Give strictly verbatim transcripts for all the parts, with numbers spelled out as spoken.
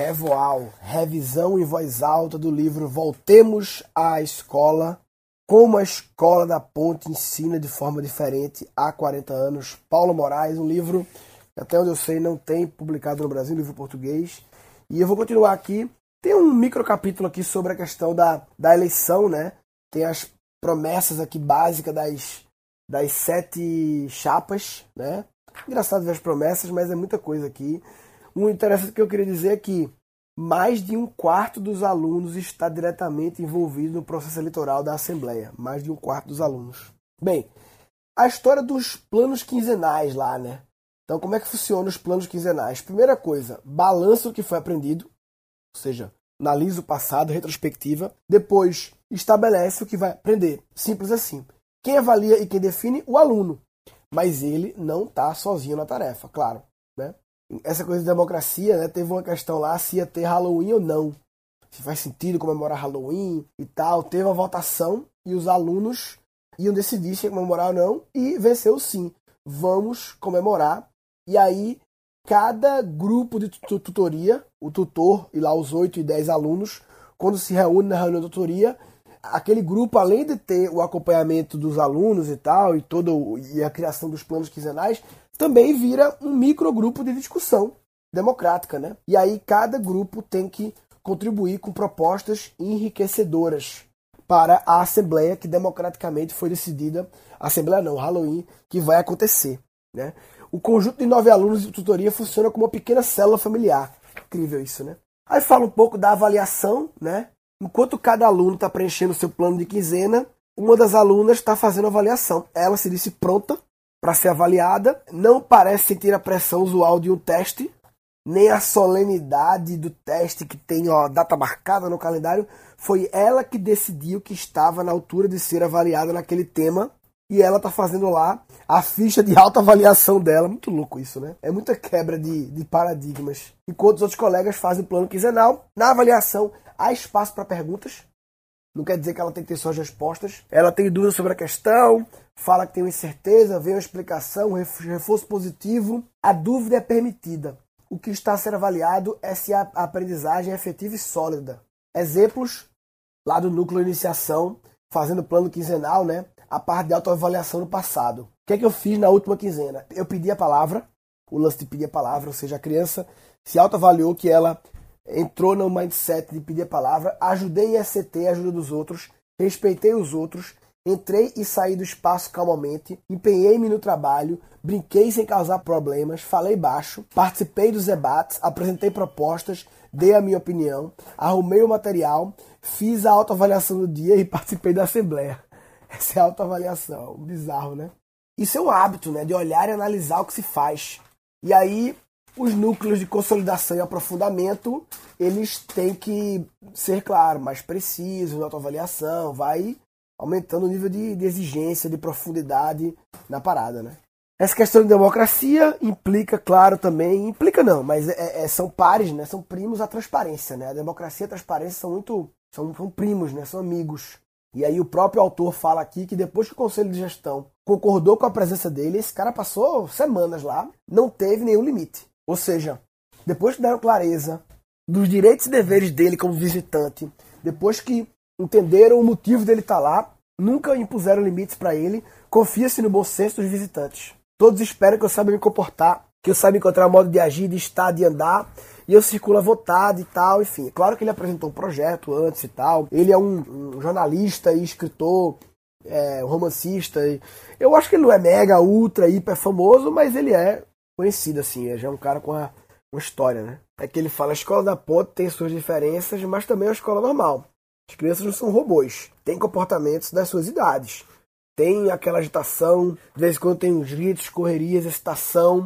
Evoal, revisão em voz alta do livro Voltemos à Escola, como a Escola da Ponte ensina de forma diferente há quarenta anos. Paulo Moraes, um livro que até onde eu sei não tem publicado no Brasil, um livro português. E eu vou continuar aqui. Tem um micro capítulo aqui sobre a questão da, da eleição, né? Tem as promessas aqui básicas das, das sete chapas, né? Engraçado ver as promessas, mas é muita coisa aqui. O interessante que eu queria dizer é que mais de um quarto dos alunos está diretamente envolvido no processo eleitoral da Assembleia. Mais de um quarto dos alunos. Bem, a história dos planos quinzenais lá, né? Então, como é que funcionam os planos quinzenais? Primeira coisa, balança o que foi aprendido, ou seja, analisa o passado, retrospectiva. Depois, estabelece o que vai aprender. Simples assim. Quem avalia e quem define? O aluno. Mas ele não está sozinho na tarefa, claro, né? Essa coisa de democracia, né, teve uma questão lá se ia ter Halloween ou não. Se faz sentido comemorar Halloween e tal. Teve uma votação e os alunos iam decidir se ia comemorar ou não. E venceu sim. Vamos comemorar. E aí, cada grupo de tutoria, o tutor e lá os oito e dez alunos, quando se reúne na reunião de tutoria, aquele grupo, além de ter o acompanhamento dos alunos e tal, e, todo, e a criação dos planos quinzenais, também vira um microgrupo de discussão democrática, né? E aí cada grupo tem que contribuir com propostas enriquecedoras para a Assembleia que democraticamente foi decidida, Assembleia não, Halloween, que vai acontecer, né? O conjunto de nove alunos de tutoria funciona como uma pequena célula familiar. Incrível isso, né? Aí fala um pouco da avaliação, né? Enquanto cada aluno está preenchendo o seu plano de quinzena, uma das alunas está fazendo a avaliação. Ela se disse pronta para ser avaliada, não parece sentir a pressão usual de um teste, nem a solenidade do teste que tem ó, data marcada no calendário. Foi ela que decidiu que estava na altura de ser avaliada naquele tema e ela está fazendo lá a ficha de autoavaliação dela. Muito louco isso, né? É muita quebra de, de paradigmas. Enquanto os outros colegas fazem o plano quinzenal, na avaliação há espaço para perguntas. Não quer dizer que ela tem que ter suas respostas. Ela tem dúvidas sobre a questão, fala que tem uma incerteza, vem uma explicação, um reforço positivo. A dúvida é permitida. O que está a ser avaliado é se a aprendizagem é efetiva e sólida. Exemplos lá do núcleo iniciação, fazendo plano quinzenal, né? A parte de autoavaliação no passado. O que é que eu fiz na última quinzena? Eu pedi a palavra, o lance de pedir a palavra, ou seja, a criança se autoavaliou que ela entrou no mindset de pedir a palavra, ajudei em E C T, a ajuda dos outros, respeitei os outros, entrei e saí do espaço calmamente, empenhei-me no trabalho, brinquei sem causar problemas, falei baixo, participei dos debates, apresentei propostas, dei a minha opinião, arrumei o material, fiz a autoavaliação do dia e participei da assembleia. Essa é a autoavaliação, bizarro, né? Isso é um hábito, né? De olhar e analisar o que se faz. E aí, os núcleos de consolidação e aprofundamento, eles têm que ser, claro, mais precisos na autoavaliação, vai aumentando o nível de, de exigência, de profundidade na parada, né? Essa questão de democracia implica, claro, também, implica não, mas é, é, são pares, né? São primos à transparência, né? A democracia e a transparência são muito, são, são primos, né? São amigos. E aí o próprio autor fala aqui que depois que o Conselho de Gestão concordou com a presença dele, esse cara passou semanas lá, não teve nenhum limite. Ou seja, depois que deram clareza dos direitos e deveres dele como visitante, depois que entenderam o motivo dele estar lá, nunca impuseram limites para ele, confia-se no bom senso dos visitantes. Todos esperam que eu saiba me comportar, que eu saiba encontrar modo de agir, de estar, de andar, e eu circulo à vontade e tal, enfim. Claro que ele apresentou um projeto antes e tal, ele é um, um jornalista e escritor, é, um romancista. E eu acho que ele não é mega, ultra, hiper famoso, mas ele é conhecido, assim, já é um cara com uma, uma história, né? É que ele fala, a escola da ponte tem suas diferenças, mas também é uma escola normal. As crianças não são robôs, têm comportamentos das suas idades. Tem aquela agitação, de vez em quando tem uns gritos, correrias, excitação.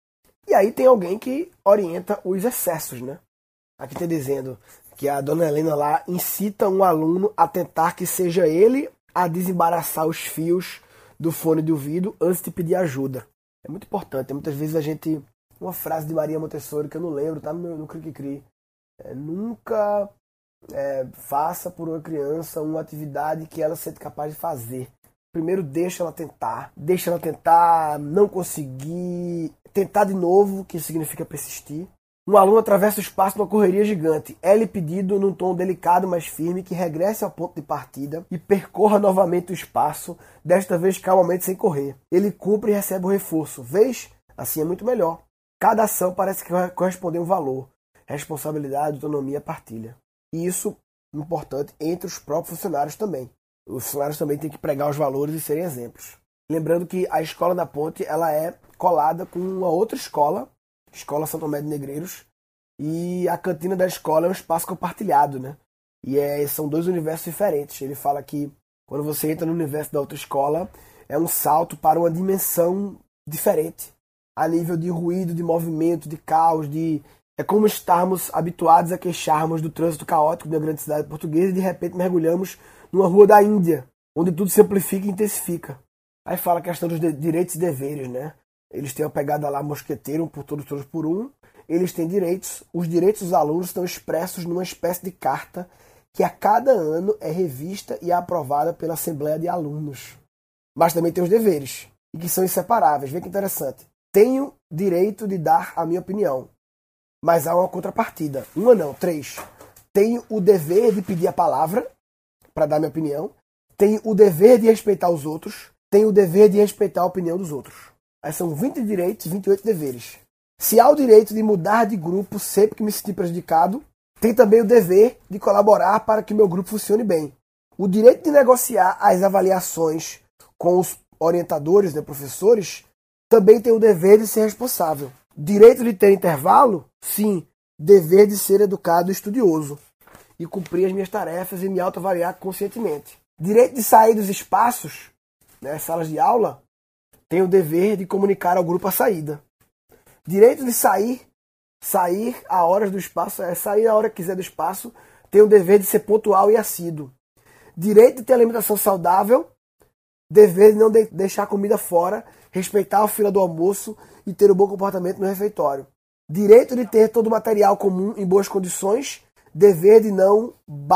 E aí tem alguém que orienta os excessos, né? Aqui está dizendo que a dona Helena lá incita um aluno a tentar que seja ele a desembaraçar os fios do fone de ouvido antes de pedir ajuda. É muito importante. Muitas vezes a gente... Uma frase de Maria Montessori que eu não lembro, tá no meu no Cri-Cri-Cri. É, nunca é, faça por uma criança uma atividade que ela seja capaz de fazer. Primeiro deixa ela tentar. Deixa ela tentar, não conseguir... Tentar de novo, que significa persistir. Um aluno atravessa o espaço numa correria gigante. É-lhe pedido, num tom delicado, mas firme, que regresse ao ponto de partida e percorra novamente o espaço, desta vez calmamente sem correr. Ele cumpre e recebe o reforço. Vês? Assim é muito melhor. Cada ação parece corresponder a um valor. Responsabilidade, autonomia, partilha. E isso é importante entre os próprios funcionários também. Os funcionários também têm que pregar os valores e serem exemplos. Lembrando que a Escola da Ponte ela é colada com uma outra escola, Escola Santo Tomé de Negreiros, e a cantina da escola é um espaço compartilhado, né? E é, são dois universos diferentes. Ele fala que quando você entra no universo da outra escola, é um salto para uma dimensão diferente, a nível de ruído, de movimento, de caos, de... É como estarmos habituados a queixarmos do trânsito caótico de uma grande cidade portuguesa e de repente mergulhamos numa rua da Índia, onde tudo se amplifica e intensifica. Aí fala a questão dos de- direitos e deveres, né? Eles têm a pegada lá mosqueteiro, um por todos, todos por um. Eles têm direitos. Os direitos dos alunos estão expressos numa espécie de carta que a cada ano é revista e é aprovada pela Assembleia de Alunos. Mas também tem os deveres, e que são inseparáveis. Vê que interessante. Tenho direito de dar a minha opinião, mas há uma contrapartida. Uma não, três. Tenho o dever de pedir a palavra para dar minha opinião. Tenho o dever de respeitar os outros. Tenho o dever de respeitar a opinião dos outros. Aí são vinte direitos e vinte e oito deveres. Se há o direito de mudar de grupo sempre que me sentir prejudicado, tem também o dever de colaborar para que meu grupo funcione bem. O direito de negociar as avaliações com os orientadores, né, professores, também tem o dever de ser responsável. Direito de ter intervalo? Sim. Dever de ser educado e estudioso e cumprir as minhas tarefas e me autoavaliar conscientemente. Direito de sair dos espaços, né, salas de aula, tem o dever de comunicar ao grupo a saída. Direito de sair, sair a horas do espaço, é sair a hora que quiser do espaço, tem o dever de ser pontual e assíduo. Direito de ter alimentação saudável, dever de não de- deixar comida fora, respeitar a fila do almoço e ter um bom comportamento no refeitório. Direito de ter todo o material comum em boas condições, dever de não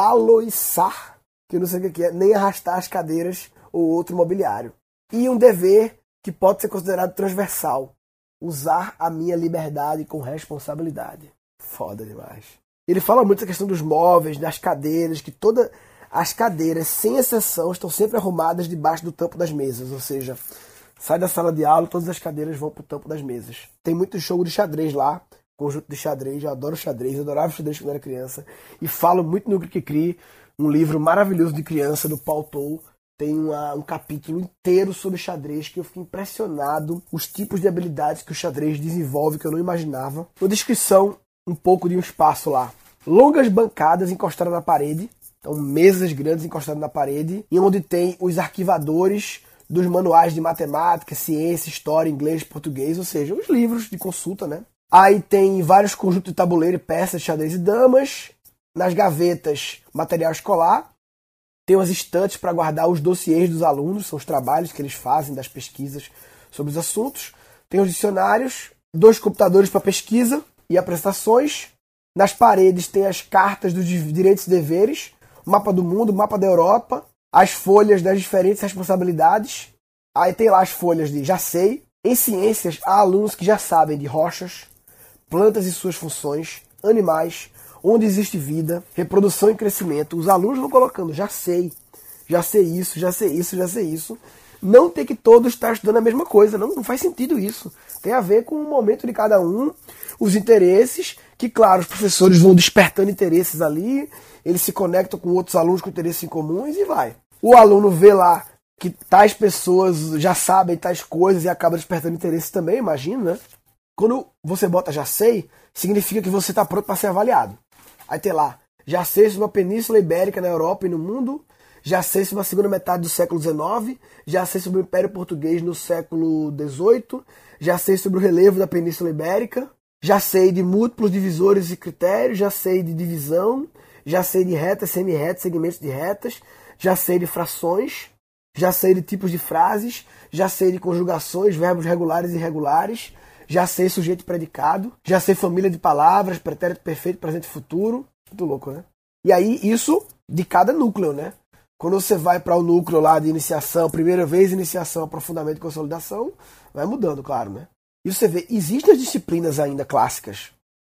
baloiçar, que eu não sei o que é, nem arrastar as cadeiras ou outro mobiliário. E um dever que pode ser considerado transversal, usar a minha liberdade com responsabilidade. Foda demais. Ele fala muito da questão dos móveis, das cadeiras, que todas as cadeiras, sem exceção, estão sempre arrumadas debaixo do tampo das mesas, ou seja, sai da sala de aula, todas as cadeiras vão pro tampo das mesas. Tem muito jogo de xadrez lá, conjunto de xadrez, eu adoro xadrez, eu adorava xadrez quando era criança, e falo muito no Cri-Cri, um livro maravilhoso de criança do Paul Toll. Tem uma, um capítulo inteiro sobre xadrez que eu fiquei impressionado, os tipos de habilidades que o xadrez desenvolve que eu não imaginava. Uma descrição um pouco de um espaço lá. Longas bancadas encostadas na parede, então mesas grandes encostadas na parede, e onde tem os arquivadores dos manuais de matemática, ciência, história, inglês, português, ou seja, os livros de consulta, né? Aí tem vários conjuntos de tabuleiro e peças de xadrez e damas. Nas gavetas, material escolar. Tem umas estantes para guardar os dossiês dos alunos, são os trabalhos que eles fazem das pesquisas sobre os assuntos. Tem os dicionários, dois computadores para pesquisa e apresentações. Nas paredes tem as cartas dos direitos e deveres, mapa do mundo, mapa da Europa, as folhas das diferentes responsabilidades. Aí tem lá as folhas de já sei. Em ciências, há alunos que já sabem de rochas, plantas e suas funções, animais, onde existe vida, reprodução e crescimento. Os alunos vão colocando, já sei, já sei isso, já sei isso, já sei isso. Não tem que todos estar estudando a mesma coisa, não, não faz sentido isso. Tem a ver com o momento de cada um, os interesses, que claro, os professores vão despertando interesses ali, eles se conectam com outros alunos com interesses em comuns e vai. O aluno vê lá que tais pessoas já sabem tais coisas e acaba despertando interesse também, imagino, né? Quando você bota já sei, significa que você está pronto para ser avaliado. Aí tem lá, já sei sobre a Península Ibérica na Europa e no mundo, já sei sobre a segunda metade do século dezenove, já sei sobre o Império Português no século dezoito, já sei sobre o relevo da Península Ibérica, já sei de múltiplos divisores e critérios, já sei de divisão, já sei de retas, semi-retas, segmentos de retas, já sei de frações, já sei de tipos de frases, já sei de conjugações, verbos regulares e irregulares, já sei sujeito e predicado, já sei família de palavras, pretérito perfeito, presente e futuro. Muito louco, né? E aí, isso de cada núcleo, né? Quando você vai para o núcleo lá de iniciação, primeira vez, iniciação, aprofundamento e consolidação, vai mudando, claro, né? E você vê, existem as disciplinas ainda clássicas.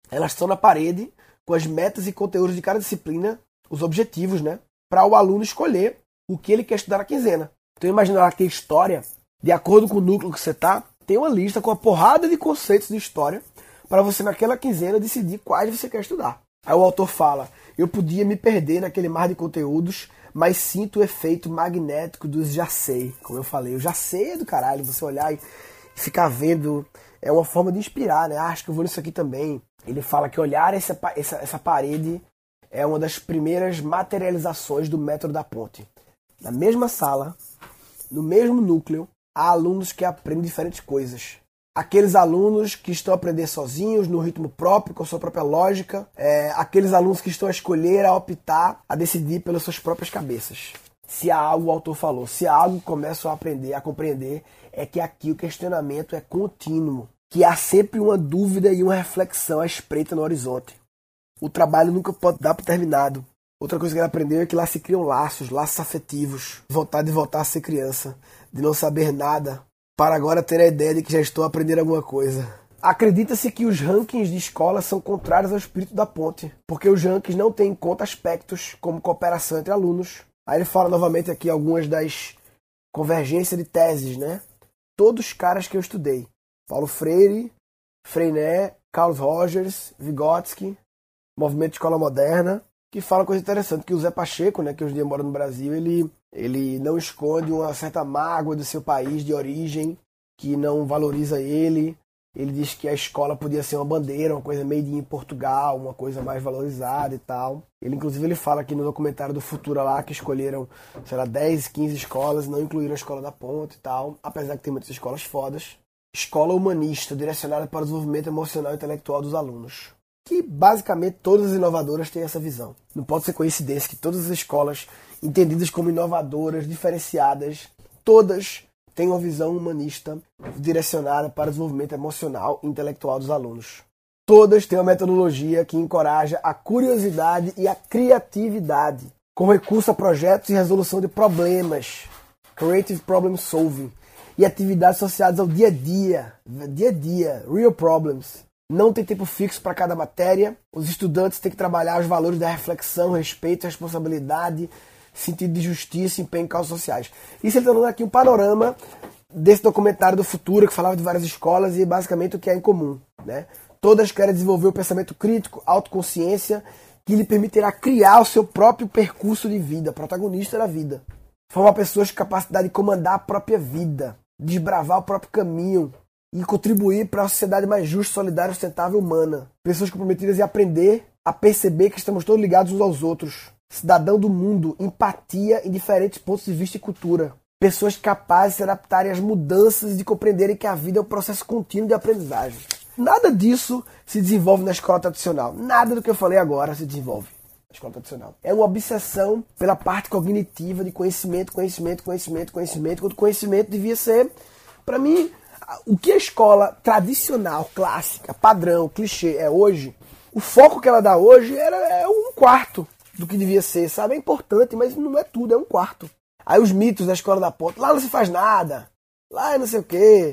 elas estão na parede com as metas e conteúdos de cada disciplina, os objetivos, né? Para o aluno escolher o que ele quer estudar na quinzena. Então imagina lá que história, de acordo com o núcleo que você está, tem uma lista com uma porrada de conceitos de história para você naquela quinzena decidir quais você quer estudar. Aí o autor fala, eu podia me perder naquele mar de conteúdos, mas sinto o efeito magnético dos já sei. Como eu falei, eu já sei é do caralho, você olhar e ficar vendo, é uma forma de inspirar, né? Ah, acho que eu vou nisso aqui também. Ele fala que olhar essa, essa, essa parede é uma das primeiras materializações do método da ponte. Na mesma sala, no mesmo núcleo, há alunos que aprendem diferentes coisas. Aqueles alunos que estão a aprender sozinhos, no ritmo próprio, com a sua própria lógica. É, aqueles alunos que estão a escolher, a optar, a decidir pelas suas próprias cabeças. Se há algo, o autor falou, se há algo que começam a aprender, a compreender, é que aqui o questionamento é contínuo. Que há sempre uma dúvida e uma reflexão à espreita no horizonte. O trabalho nunca pode dar por terminado. Outra coisa que ele aprendeu é que lá se criam laços, laços afetivos. Vontade de voltar a ser criança, de não saber nada, para agora ter a ideia de que já estou a aprender alguma coisa. Acredita-se que os rankings de escola são contrários ao espírito da ponte, porque os rankings não têm em conta aspectos como cooperação entre alunos. Aí ele fala novamente aqui algumas das convergências de teses, né? Todos os caras que eu estudei. Paulo Freire, Freinet, Carl Rogers, Vygotsky, Movimento de Escola Moderna, que fala uma coisa interessante, que o Zé Pacheco, né, que hoje em dia mora no Brasil, ele, ele não esconde uma certa mágoa do seu país de origem, que não valoriza ele. Ele diz que a escola podia ser uma bandeira, uma coisa made in Portugal, uma coisa mais valorizada e tal. Ele, inclusive, ele fala aqui no documentário do Futura lá que escolheram, sei lá, dez, quinze escolas, não incluíram a Escola da Ponte e tal, apesar que tem muitas escolas fodas. Escola humanista, direcionada para o desenvolvimento emocional e intelectual dos alunos. Que, basicamente, todas as inovadoras têm essa visão. Não pode ser coincidência que todas as escolas, entendidas como inovadoras, diferenciadas, todas têm uma visão humanista direcionada para o desenvolvimento emocional e intelectual dos alunos. Todas têm uma metodologia que encoraja a curiosidade e a criatividade, com recurso a projetos e resolução de problemas, creative problem solving, e atividades associadas ao dia a dia, dia a dia, real problems. Não tem tempo fixo para cada matéria. Os estudantes têm que trabalhar os valores da reflexão, respeito, responsabilidade, sentido de justiça e empenho em causas sociais. Isso ele está dando aqui um panorama desse documentário do Futura, que falava de várias escolas e basicamente o que é em comum, né? Todas querem desenvolver o pensamento crítico, autoconsciência, que lhe permitirá criar o seu próprio percurso de vida, protagonista da vida. Formar pessoas com capacidade de comandar a própria vida, desbravar o próprio caminho, e contribuir para uma sociedade mais justa, solidária e sustentável humana. Pessoas comprometidas em aprender a perceber que estamos todos ligados uns aos outros. Cidadão do mundo, empatia em diferentes pontos de vista e cultura. Pessoas capazes de se adaptarem às mudanças e de compreenderem que a vida é um processo contínuo de aprendizagem. Nada disso se desenvolve na escola tradicional. Nada do que eu falei agora se desenvolve na escola tradicional. É uma obsessão pela parte cognitiva de conhecimento, conhecimento, conhecimento, conhecimento, quando o conhecimento devia ser, para mim, o que a escola tradicional, clássica, padrão, clichê é hoje, o foco que ela dá hoje era, é um quarto do que devia ser, sabe? É importante, mas não é tudo, é um quarto. Aí os mitos da Escola da Ponte, lá não se faz nada, lá é não sei o quê.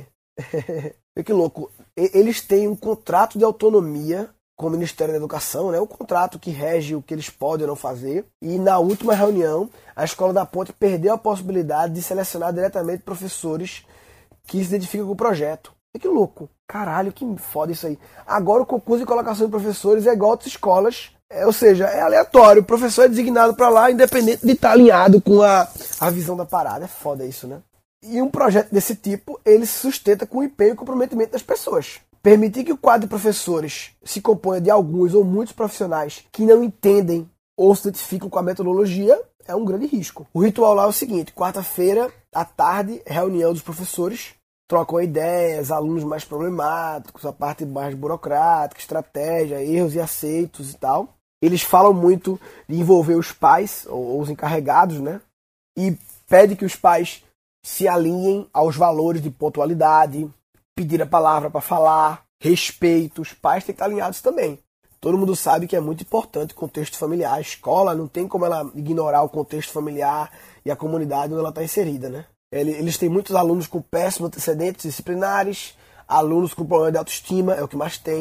Que louco. Eles têm um contrato de autonomia com o Ministério da Educação, né? O contrato que rege o que eles podem ou não fazer. E na última reunião, a Escola da Ponte perdeu a possibilidade de selecionar diretamente professores que se identificam com o projeto. E que louco. Caralho, que foda isso aí. Agora o concurso de colocação de professores é igual a outras escolas. É, ou seja, é aleatório. O professor é designado para lá, independente de estar alinhado com a, a visão da parada. É foda isso, né? E um projeto desse tipo, ele se sustenta com o empenho e comprometimento das pessoas. Permitir que o quadro de professores se componha de alguns ou muitos profissionais que não entendem ou se identificam com a metodologia é um grande risco. O ritual lá é o seguinte: quarta-feira, à tarde, reunião dos professores, trocam ideias, alunos mais problemáticos, a parte mais burocrática, estratégia, erros e aceitos e tal. Eles falam muito de envolver os pais, ou os encarregados, né? E pede que os pais se alinhem aos valores de pontualidade, pedir a palavra para falar, respeito. Os pais têm que estar alinhados também. Todo mundo sabe que é muito importante o contexto familiar. A escola não tem como ela ignorar o contexto familiar e a comunidade onde ela está inserida, né? Eles têm muitos alunos com péssimos antecedentes disciplinares, alunos com problema de autoestima, é o que mais tem,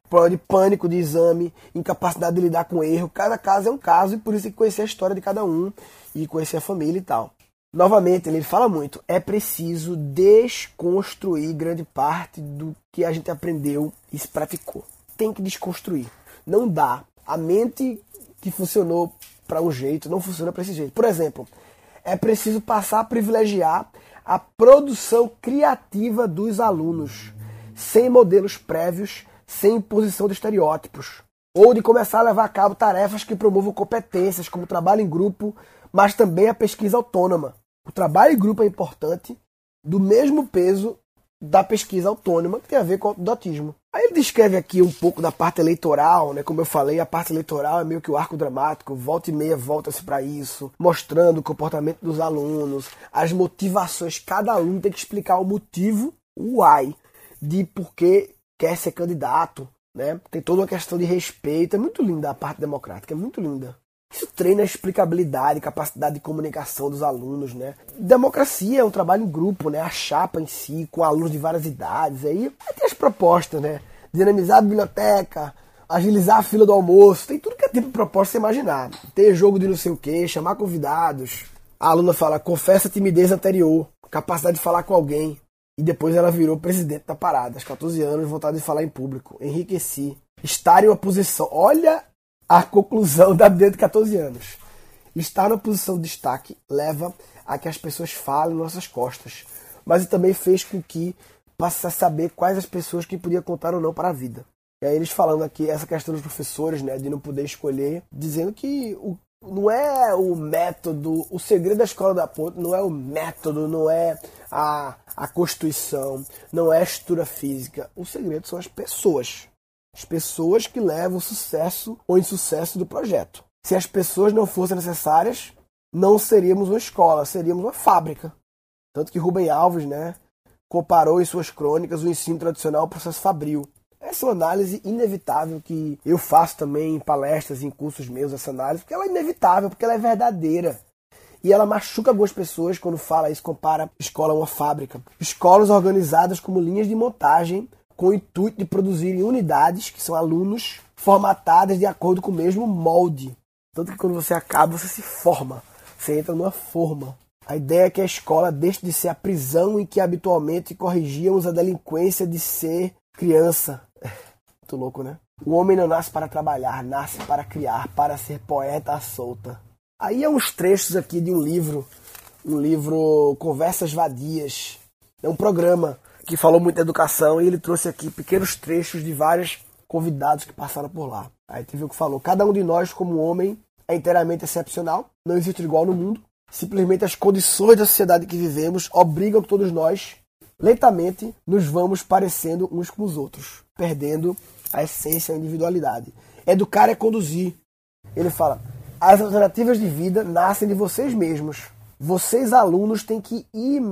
de pânico de exame, incapacidade de lidar com erro. Cada caso é um caso e por isso tem que conhecer a história de cada um e conhecer a família e tal. Novamente, ele fala muito, é preciso desconstruir grande parte do que a gente aprendeu e se praticou. Tem que desconstruir. Não dá. A mente que funcionou para um jeito não funciona para esse jeito. Por exemplo, é preciso passar a privilegiar a produção criativa dos alunos, sem modelos prévios, sem imposição de estereótipos. Ou de começar a levar a cabo tarefas que promovam competências, como trabalho em grupo, mas também a pesquisa autônoma. O trabalho em grupo é importante, do mesmo peso da pesquisa autônoma, que tem a ver com o autodidatismo. Aí ele descreve aqui um pouco da parte eleitoral, né? Como eu falei, a parte eleitoral é meio que o arco dramático, volta e meia volta-se para isso, mostrando o comportamento dos alunos, as motivações. Cada aluno tem que explicar o motivo, o why, de por que quer ser candidato, né? Tem toda uma questão de respeito. É muito linda a parte democrática, é muito linda. Isso treina a explicabilidade, capacidade de comunicação dos alunos, né? Democracia é um trabalho em grupo, né? A chapa em si, com alunos de várias idades. Aí, aí tem as propostas, né? Dinamizar a biblioteca, agilizar a fila do almoço. Tem tudo que é tipo de proposta você imaginar. Ter jogo de não sei o quê, chamar convidados. A aluna fala, confessa a timidez anterior, capacidade de falar com alguém. E depois ela virou presidente da parada, aos catorze anos, vontade de falar em público. Enriqueci. Estar em uma posição... Olha... A conclusão da menina de catorze anos. Estar na posição de destaque leva a que as pessoas falem nas nossas costas. Mas também fez com que passasse a saber quais as pessoas que podiam contar ou não para a vida. E aí eles falando aqui, essa questão dos professores, né, de não poder escolher, dizendo que o, não é o método, o segredo da escola da ponte não é o método, não é a, a constituição, não é a estrutura física. O segredo são as pessoas. As pessoas que levam o sucesso ou insucesso do projeto. Se as pessoas não fossem necessárias, não seríamos uma escola, seríamos uma fábrica. Tanto que Rubem Alves, né, comparou em suas crônicas o ensino tradicional ao processo fabril. Essa é uma análise inevitável que eu faço também em palestras, em cursos meus, essa análise, porque ela é inevitável, porque ela é verdadeira. E ela machuca algumas pessoas quando fala isso, compara escola a uma fábrica. Escolas organizadas como linhas de montagem, com o intuito de produzirem unidades, que são alunos, formatadas de acordo com o mesmo molde. Tanto que quando você acaba, você se forma. Você entra numa forma. A ideia é que a escola deixe de ser a prisão em que habitualmente corrigíamos a delinquência de ser criança. Muito louco, né? O homem não nasce para trabalhar, nasce para criar, para ser poeta à solta. Aí é uns trechos aqui de um livro, um livro Conversas Vadias. É um programa que falou muito de educação, e ele trouxe aqui pequenos trechos de vários convidados que passaram por lá. Aí teve o que falou, cada um de nós como homem é inteiramente excepcional, não existe igual no mundo, simplesmente as condições da sociedade que vivemos obrigam que todos nós, lentamente, nos vamos parecendo uns com os outros, perdendo a essência, a individualidade. Educar é conduzir. Ele fala, as alternativas de vida nascem de vocês mesmos. Vocês, alunos, têm que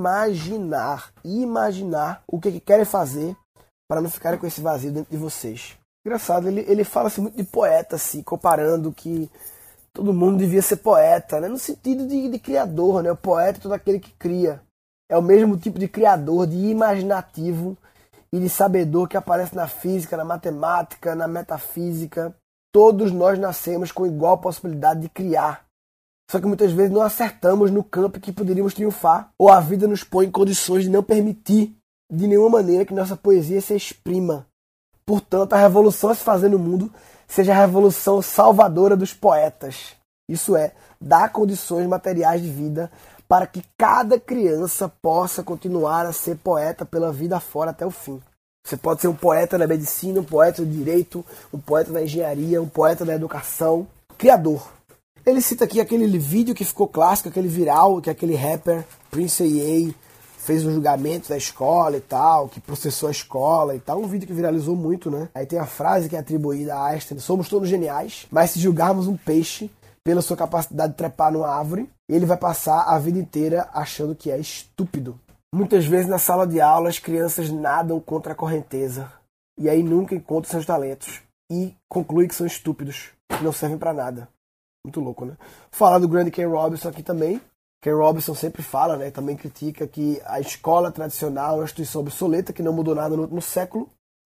imaginar, imaginar o que, que querem fazer para não ficarem com esse vazio dentro de vocês. Engraçado, ele, ele fala assim, muito de poeta, assim, comparando que todo mundo devia ser poeta, né? No sentido de, de criador, né? O poeta é todo aquele que cria. É o mesmo tipo de criador, de imaginativo e de sabedor que aparece na física, na matemática, na metafísica. Todos nós nascemos com igual possibilidade de criar. Só que muitas vezes não acertamos no campo que poderíamos triunfar, ou a vida nos põe em condições de não permitir de nenhuma maneira que nossa poesia se exprima. Portanto, a revolução a se fazer no mundo seja a revolução salvadora dos poetas. Isso é, dar condições materiais de vida para que cada criança possa continuar a ser poeta pela vida fora até o fim. Você pode ser um poeta na medicina, um poeta do direito, um poeta na engenharia, um poeta na educação, criador. Ele cita aqui aquele vídeo que ficou clássico, aquele viral, que aquele rapper Prince A A fez o julgamento da escola e tal, que processou a escola e tal. Um vídeo que viralizou muito, né? Aí tem a frase que é atribuída a Einstein: somos todos geniais, mas se julgarmos um peixe pela sua capacidade de trepar numa árvore, ele vai passar a vida inteira achando que é estúpido. Muitas vezes na sala de aula as crianças nadam contra a correnteza e aí nunca encontram seus talentos e concluem que são estúpidos, que não servem pra nada. Muito louco, né? Falar do grande Ken Robinson aqui também. Ken Robinson sempre fala, né? Também critica que a escola tradicional é uma instituição obsoleta que não mudou nada no último século.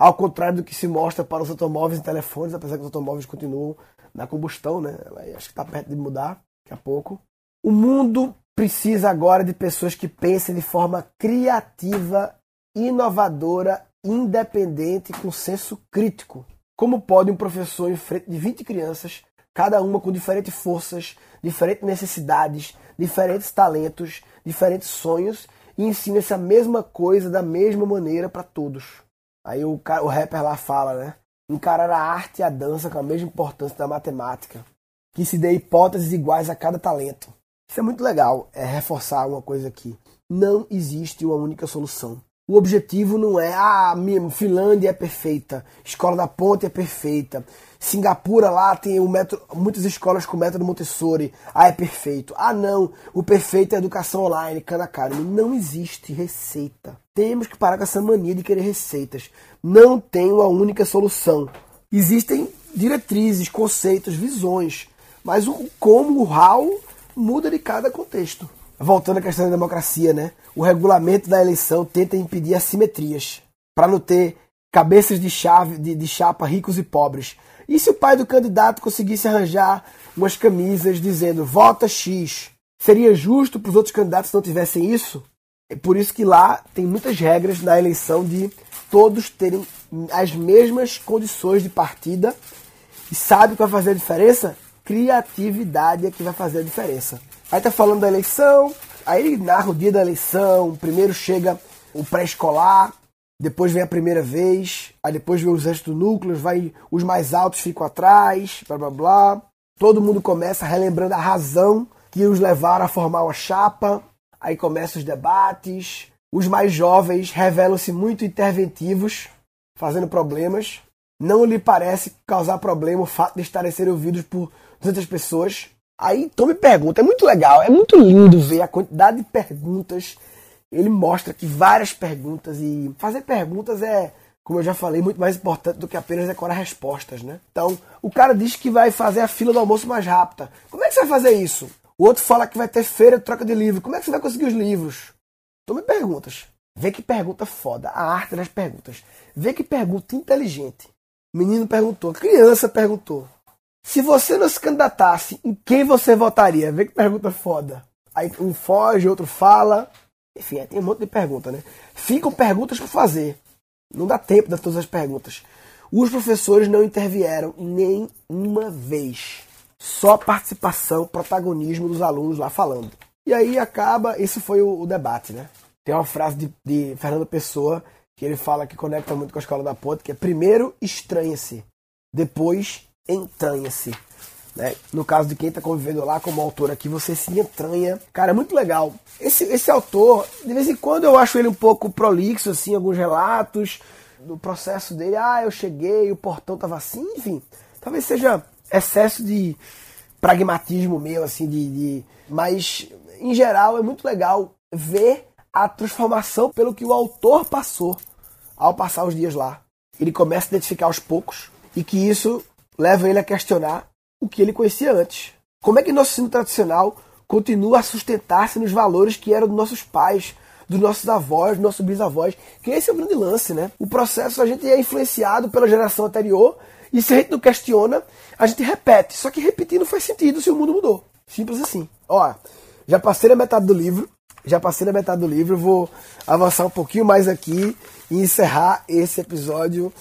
ao contrário do que se mostra para os automóveis e telefones, apesar que os automóveis continuam na combustão, né? Acho que está perto de mudar daqui a pouco. O mundo precisa agora de pessoas que pensem de forma criativa, inovadora, independente, com senso crítico. Como pode um professor em frente de vinte crianças, cada uma com diferentes forças, diferentes necessidades, diferentes talentos, diferentes sonhos, e ensina essa mesma coisa da mesma maneira para todos? Aí o, o rapper lá fala, né? Encarar a arte e a dança com a mesma importância da matemática, que se dê hipóteses iguais a cada talento. Isso é muito legal, é reforçar uma coisa aqui. Não existe uma única solução. O objetivo não é, ah, Finlândia é perfeita, Escola da Ponte é perfeita, Singapura lá tem um método, muitas escolas com método Montessori, ah, é perfeito. Ah, não, o perfeito é a educação online, Khan Academy. Não existe receita. Temos que parar com essa mania de querer receitas. Não tem uma única solução. Existem diretrizes, conceitos, visões, mas o como, o how, muda de cada contexto. Voltando à questão da democracia, né? O regulamento da eleição tenta impedir assimetrias, para não ter cabeças de, chave, de, de chapa ricos e pobres. E se o pai do candidato conseguisse arranjar umas camisas dizendo vota X, seria justo para os outros candidatos não tivessem isso? É por isso que lá tem muitas regras na eleição de todos terem as mesmas condições de partida. E sabe o que vai fazer a diferença? Criatividade é que vai fazer a diferença. Aí tá falando da eleição, aí ele narra o dia da eleição, primeiro chega o pré-escolar, depois vem a primeira vez, aí depois vem os restos do núcleo, vai, os mais altos ficam atrás, blá blá blá. Todo mundo começa relembrando a razão que os levaram a formar uma chapa, aí começam os debates, os mais jovens revelam-se muito interventivos, fazendo problemas. Não lhe parece causar problema o fato de estarem sendo ouvidos por duzentas pessoas. Aí Tom me pergunta, é muito legal, é muito lindo ver a quantidade de perguntas. Ele mostra que várias perguntas, e fazer perguntas é, como eu já falei, muito mais importante do que apenas decorar respostas, né? Então, o cara diz que vai fazer a fila do almoço mais rápida. Como é que você vai fazer isso? O outro fala que vai ter feira de troca de livro. Como é que você vai conseguir os livros? Tom me perguntas. Vê que pergunta foda, a arte das perguntas. Vê que pergunta inteligente. O menino perguntou, a criança perguntou. Se você não se candidatasse, em quem você votaria? Vê que pergunta foda. Aí um foge, outro fala. Enfim, tem um monte de pergunta, né? Ficam perguntas por fazer. Não dá tempo de todas as perguntas. Os professores não intervieram nem uma vez. Só participação, protagonismo dos alunos lá falando. E aí acaba, isso foi o, o debate, né? Tem uma frase de, de Fernando Pessoa, que ele fala que conecta muito com a Escola da Ponte, que é primeiro estranha-se, depois entranha-se. Né? No caso de quem está convivendo lá como autor aqui, você se entranha. Cara, é muito legal. Esse, esse autor, de vez em quando eu acho ele um pouco prolixo, assim, alguns relatos do processo dele. Ah, eu cheguei, o portão estava assim, enfim. Talvez seja excesso de pragmatismo meu, assim, de, de... Mas, em geral, é muito legal ver a transformação pelo que o autor passou ao passar os dias lá. Ele começa a identificar aos poucos e que isso leva ele a questionar o que ele conhecia antes. Como é que nosso ensino tradicional continua a sustentar-se nos valores que eram dos nossos pais, dos nossos avós, dos nossos bisavós? Que esse é o grande lance, né? O processo, a gente é influenciado pela geração anterior e se a gente não questiona, a gente repete. Só que repetir não faz sentido se o mundo mudou. Simples assim. Ó, já passei na metade do livro, já passei na metade do livro, vou avançar um pouquinho mais aqui e encerrar esse episódio.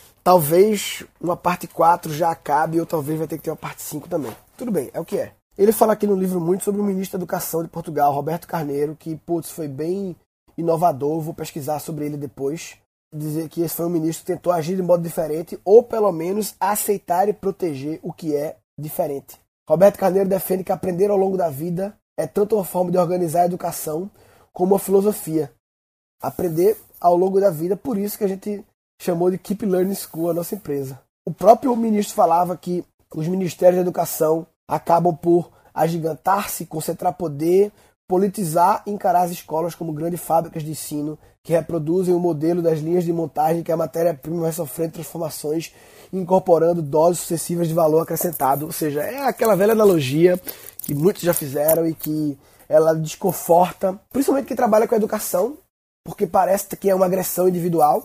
Talvez uma parte quatro já acabe, ou talvez vai ter que ter uma parte cinco também. Tudo bem, é o que é. Ele fala aqui no livro muito sobre o ministro da Educação de Portugal, Roberto Carneiro, que, putz, foi bem inovador, vou pesquisar sobre ele depois. Dizer que esse foi um ministro que tentou agir de modo diferente, ou pelo menos aceitar e proteger o que é diferente. Roberto Carneiro defende que aprender ao longo da vida é tanto uma forma de organizar a educação, como uma filosofia. Aprender ao longo da vida, por isso que a gente chamou de Keep Learning School a nossa empresa. O próprio ministro falava que os ministérios da educação acabam por agigantar-se, concentrar poder, politizar e encarar as escolas como grandes fábricas de ensino que reproduzem o modelo das linhas de montagem que a matéria-prima vai sofrendo transformações, incorporando doses sucessivas de valor acrescentado. Ou seja, é aquela velha analogia que muitos já fizeram e que ela desconforta, principalmente quem trabalha com a educação, porque parece que é uma agressão individual.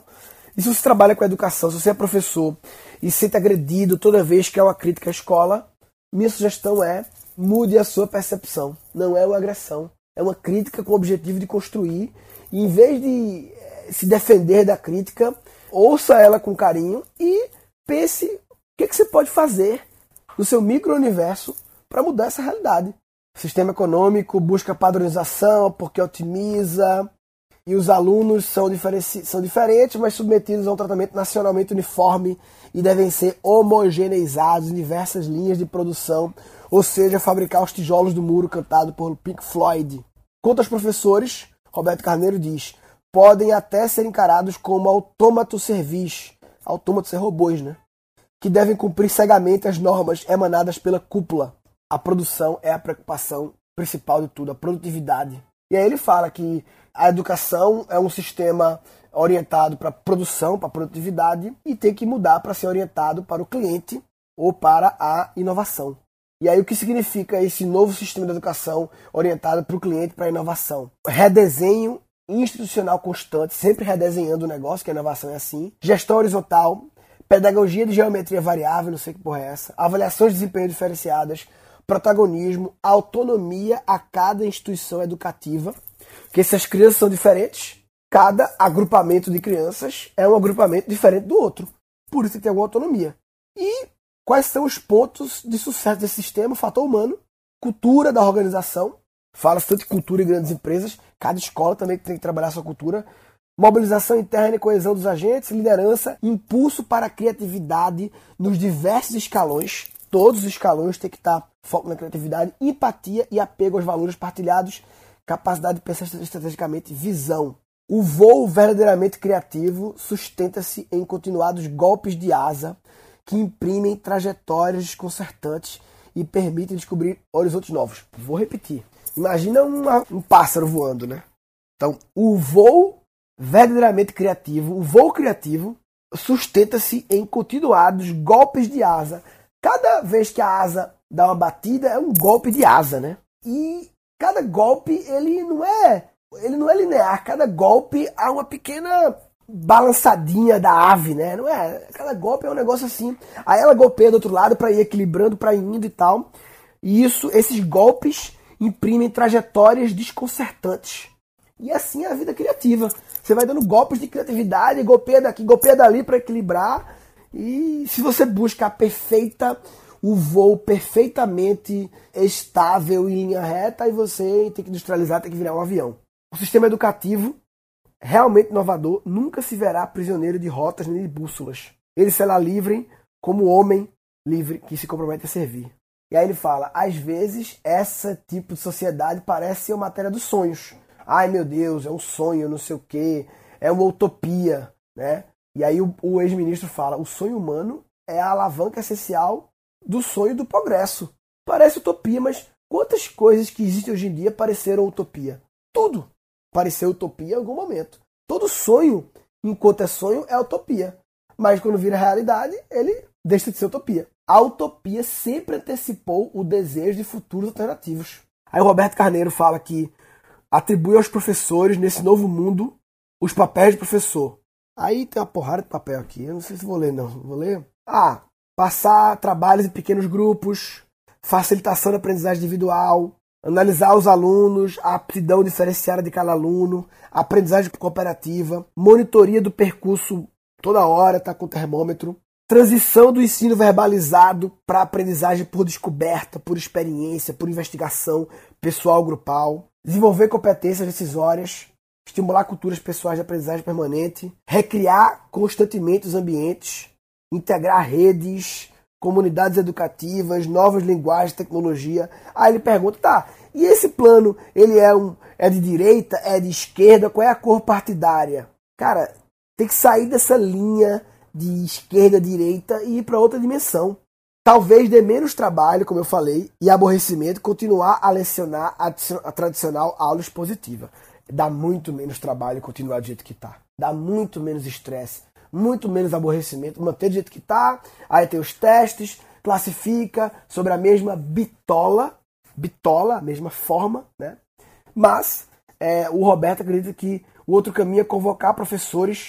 E se você trabalha com educação, se você é professor e se sente agredido toda vez que é uma crítica à escola, minha sugestão é mude a sua percepção. Não é uma agressão, é uma crítica com o objetivo de construir. E em vez de se defender da crítica, ouça ela com carinho e pense o que, que você pode fazer no seu micro-universo para mudar essa realidade. O sistema econômico busca padronização porque otimiza, e os alunos são, diferenci- são diferentes, mas submetidos a um tratamento nacionalmente uniforme e devem ser homogeneizados em diversas linhas de produção, ou seja, fabricar os tijolos do muro cantado por Pink Floyd. Quanto aos professores, Roberto Carneiro diz, podem até ser encarados como autômatos servis, autômatos ser robôs, né? Que devem cumprir cegamente as normas emanadas pela cúpula. A produção é a preocupação principal de tudo, a produtividade. E aí ele fala que a educação é um sistema orientado para produção, para produtividade, e tem que mudar para ser orientado para o cliente ou para a inovação. E aí o que significa esse novo sistema de educação orientado para o cliente, para a inovação? Redesenho institucional constante, sempre redesenhando o negócio, que a inovação é assim. Gestão horizontal, pedagogia de geometria variável, não sei que porra é essa. Avaliações de desempenho diferenciadas, protagonismo, autonomia a cada instituição educativa. Porque se as crianças são diferentes, cada agrupamento de crianças é um agrupamento diferente do outro. Por isso tem que ter alguma autonomia. E quais são os pontos de sucesso desse sistema? O fator humano, cultura da organização. Fala-se tanto de cultura em grandes empresas. Cada escola também tem que trabalhar sua cultura. Mobilização interna e coesão dos agentes, liderança, impulso para a criatividade nos diversos escalões. Todos os escalões têm que estar foco na criatividade, empatia e apego aos valores partilhados, capacidade de pensar estrategicamente, visão. O voo verdadeiramente criativo sustenta-se em continuados golpes de asa que imprimem trajetórias desconcertantes e permitem descobrir horizontes novos. Vou repetir. Imagina uma, um pássaro voando, né? Então, o voo verdadeiramente criativo, o voo criativo, sustenta-se em continuados golpes de asa. Cada vez que a asa dá uma batida, é um golpe de asa, né? E cada golpe, ele não é, ele não é linear. Cada golpe há uma pequena balançadinha da ave, né? Não é? Cada golpe é um negócio assim. Aí ela golpeia do outro lado para ir equilibrando, para ir indo e tal. E isso, esses golpes imprimem trajetórias desconcertantes. E assim é a vida criativa. Você vai dando golpes de criatividade, golpeia daqui, golpeia dali para equilibrar. E se você busca a perfeita, o voo perfeitamente estável em linha reta, aí você tem que industrializar, tem que virar um avião. O sistema educativo, realmente inovador, nunca se verá prisioneiro de rotas nem de bússolas. Ele será livre como homem livre que se compromete a servir. E aí ele fala, às vezes, esse tipo de sociedade parece ser uma matéria dos sonhos. Ai meu Deus, é um sonho, não sei o quê, é uma utopia, né? E aí o, o ex-ministro fala, o sonho humano é a alavanca essencial do sonho do progresso. Parece utopia, mas quantas coisas que existem hoje em dia pareceram utopia? Tudo pareceu utopia em algum momento. Todo sonho, enquanto é sonho, é utopia. Mas quando vira realidade, ele deixa de ser utopia. A utopia sempre antecipou o desejo de futuros alternativos. Aí o Roberto Carneiro fala que atribui aos professores, nesse novo mundo, os papéis de professor. Aí tem uma porrada de papel aqui, eu não sei se vou ler não, vou ler? Ah, passar trabalhos em pequenos grupos, facilitação da aprendizagem individual, analisar os alunos, a aptidão diferenciada de cada aluno, aprendizagem cooperativa, monitoria do percurso toda hora, tá com termômetro, transição do ensino verbalizado para aprendizagem por descoberta, por experiência, por investigação pessoal grupal, desenvolver competências decisórias, estimular culturas pessoais de aprendizagem permanente, recriar constantemente os ambientes, integrar redes, comunidades educativas, novas linguagens, tecnologia. Aí ele pergunta, tá, e esse plano, ele é, um, é de direita, é de esquerda, qual é a cor partidária? Cara, tem que sair dessa linha de esquerda-direita e ir para outra dimensão. Talvez dê menos trabalho, como eu falei, e aborrecimento continuar a lecionar a, a tradicional aula expositiva. Dá muito menos trabalho continuar do jeito que está. Dá muito menos estresse, muito menos aborrecimento. Manter do jeito que está, aí tem os testes, classifica sobre a mesma bitola, bitola, a mesma forma, né? Mas é, o Roberto acredita que o outro caminho é convocar professores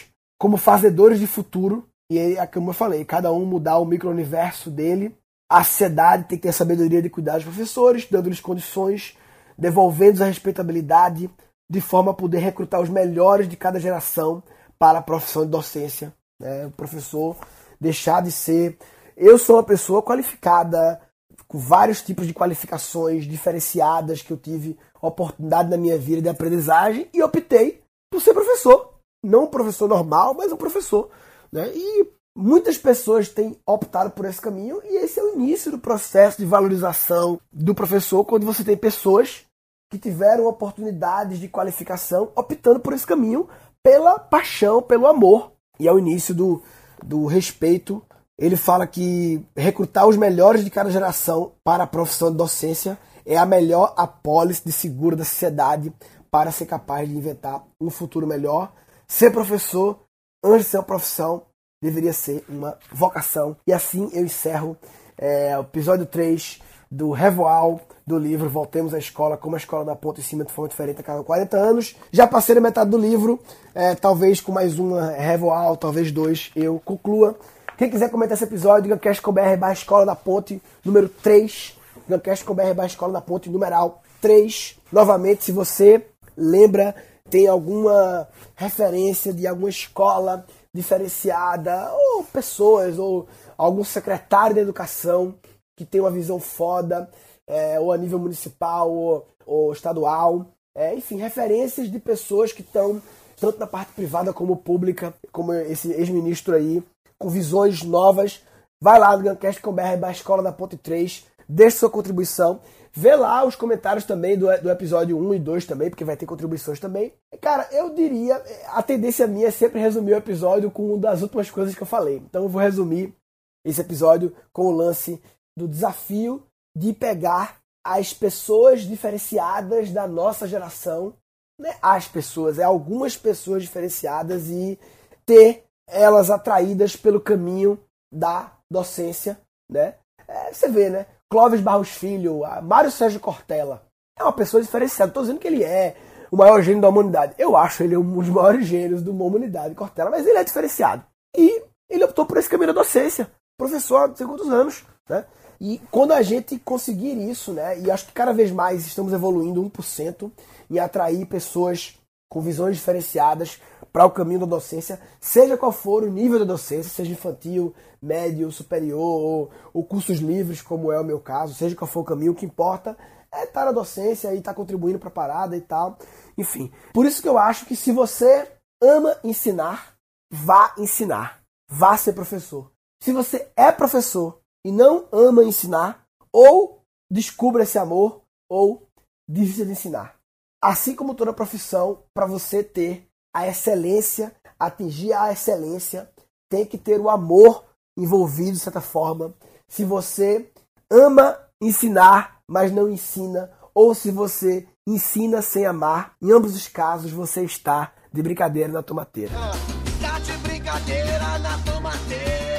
como fazedores de futuro. E aí, como eu falei, cada um mudar o micro-universo dele. A sociedade tem que ter a sabedoria de cuidar dos professores, dando-lhes condições, devolvendo-lhes a respeitabilidade, de forma a poder recrutar os melhores de cada geração para a profissão de docência. Né? O professor deixar de ser... Eu sou uma pessoa qualificada, com vários tipos de qualificações diferenciadas que eu tive oportunidade na minha vida de aprendizagem e optei por ser professor. Não um professor normal, mas um professor. Né? E muitas pessoas têm optado por esse caminho e esse é o início do processo de valorização do professor, quando você tem pessoas que tiveram oportunidades de qualificação optando por esse caminho pela paixão, pelo amor. E é o início do, do respeito. Ele fala que recrutar os melhores de cada geração para a profissão de docência é a melhor apólice de seguro da sociedade para ser capaz de inventar um futuro melhor. Ser professor, antes de ser uma profissão, deveria ser uma vocação. E assim eu encerro é, o episódio três do Revoal, do livro Voltemos à Escola, como a escola da ponta em cima de forma diferente a cada quarenta anos. Já passei na metade do livro, é, talvez com mais uma Revoal, talvez dois, eu conclua. Quem quiser comentar esse episódio, gancast.com.br barra Escola da Ponte, número três. gancast.com.br barra Escola da Ponte, numeral três. Novamente, se você lembra, tem alguma referência de alguma escola diferenciada, ou pessoas, ou algum secretário de educação que tem uma visão foda, é, ou a nível municipal, ou, ou estadual. É, enfim, referências de pessoas que estão, tanto na parte privada como pública, como esse ex-ministro aí, com visões novas. Vai lá no gancast.com.br barra Escola da Ponte três, deixe sua contribuição. Vê lá os comentários também do, do episódio um e dois também, porque vai ter contribuições também. Cara, eu diria, a tendência minha é sempre resumir o episódio com uma das últimas coisas que eu falei. Então eu vou resumir esse episódio com o lance do desafio de pegar as pessoas diferenciadas da nossa geração, né? As pessoas, é algumas pessoas diferenciadas e ter elas atraídas pelo caminho da docência, né? É, você vê, né? Clóvis Barros Filho, Mário Sérgio Cortella, é uma pessoa diferenciada. Estou dizendo que ele é o maior gênio da humanidade. Eu acho ele um dos maiores gênios de uma humanidade, Cortella, mas ele é diferenciado. E ele optou por esse caminho da docência, professor há não sei quantos anos, né? E quando a gente conseguir isso, né? E acho que cada vez mais estamos evoluindo um por cento em atrair pessoas com visões diferenciadas para o caminho da docência, seja qual for o nível da docência, seja infantil, médio, superior, ou, ou cursos livres, como é o meu caso, seja qual for o caminho, o que importa é estar na docência e estar contribuindo para a parada e tal. Enfim, por isso que eu acho que se você ama ensinar, vá ensinar, vá ser professor. Se você é professor e não ama ensinar, ou descubra esse amor, ou desista de ensinar. Assim como toda profissão, para você ter a excelência, atingir a excelência, tem que ter o amor envolvido de certa forma. Se você ama ensinar, mas não ensina, ou se você ensina sem amar, em ambos os casos você está de brincadeira na tomateira. Tá de brincadeira na tomateira.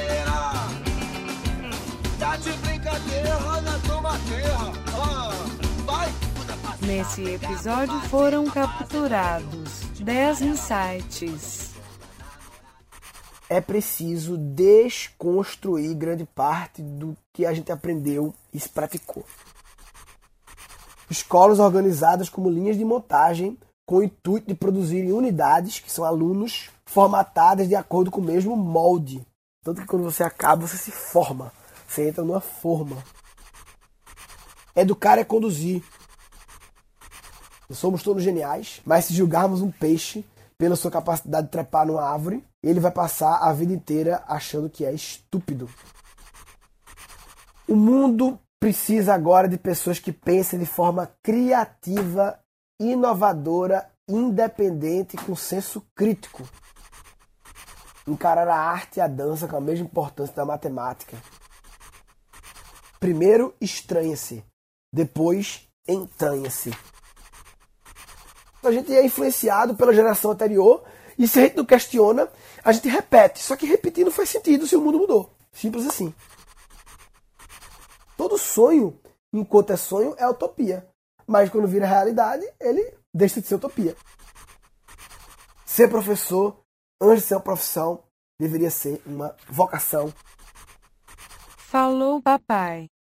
Tá de brincadeira na tomateira. Ah, vai. Nesse episódio foram capturados dez insights. É preciso desconstruir grande parte do que a gente aprendeu e se praticou. Escolas organizadas como linhas de montagem com o intuito de produzirem unidades, que são alunos, formatadas de acordo com o mesmo molde. Tanto que quando você acaba, você se forma. Você entra numa forma. Educar é conduzir. Não somos todos geniais, mas se julgarmos um peixe pela sua capacidade de trepar numa árvore, ele vai passar a vida inteira achando que é estúpido. O mundo precisa agora de pessoas que pensem de forma criativa, inovadora, independente e com senso crítico. Encarar a arte e a dança com a mesma importância da matemática. Primeiro estranha-se, depois entranha-se. A gente é influenciado pela geração anterior e se a gente não questiona, a gente repete. Só que repetir não faz sentido se o mundo mudou. Simples assim. Todo sonho, enquanto é sonho, é utopia. Mas quando vira realidade, ele deixa de ser utopia. Ser professor antes de ser uma profissão, deveria ser uma vocação. Falou, papai.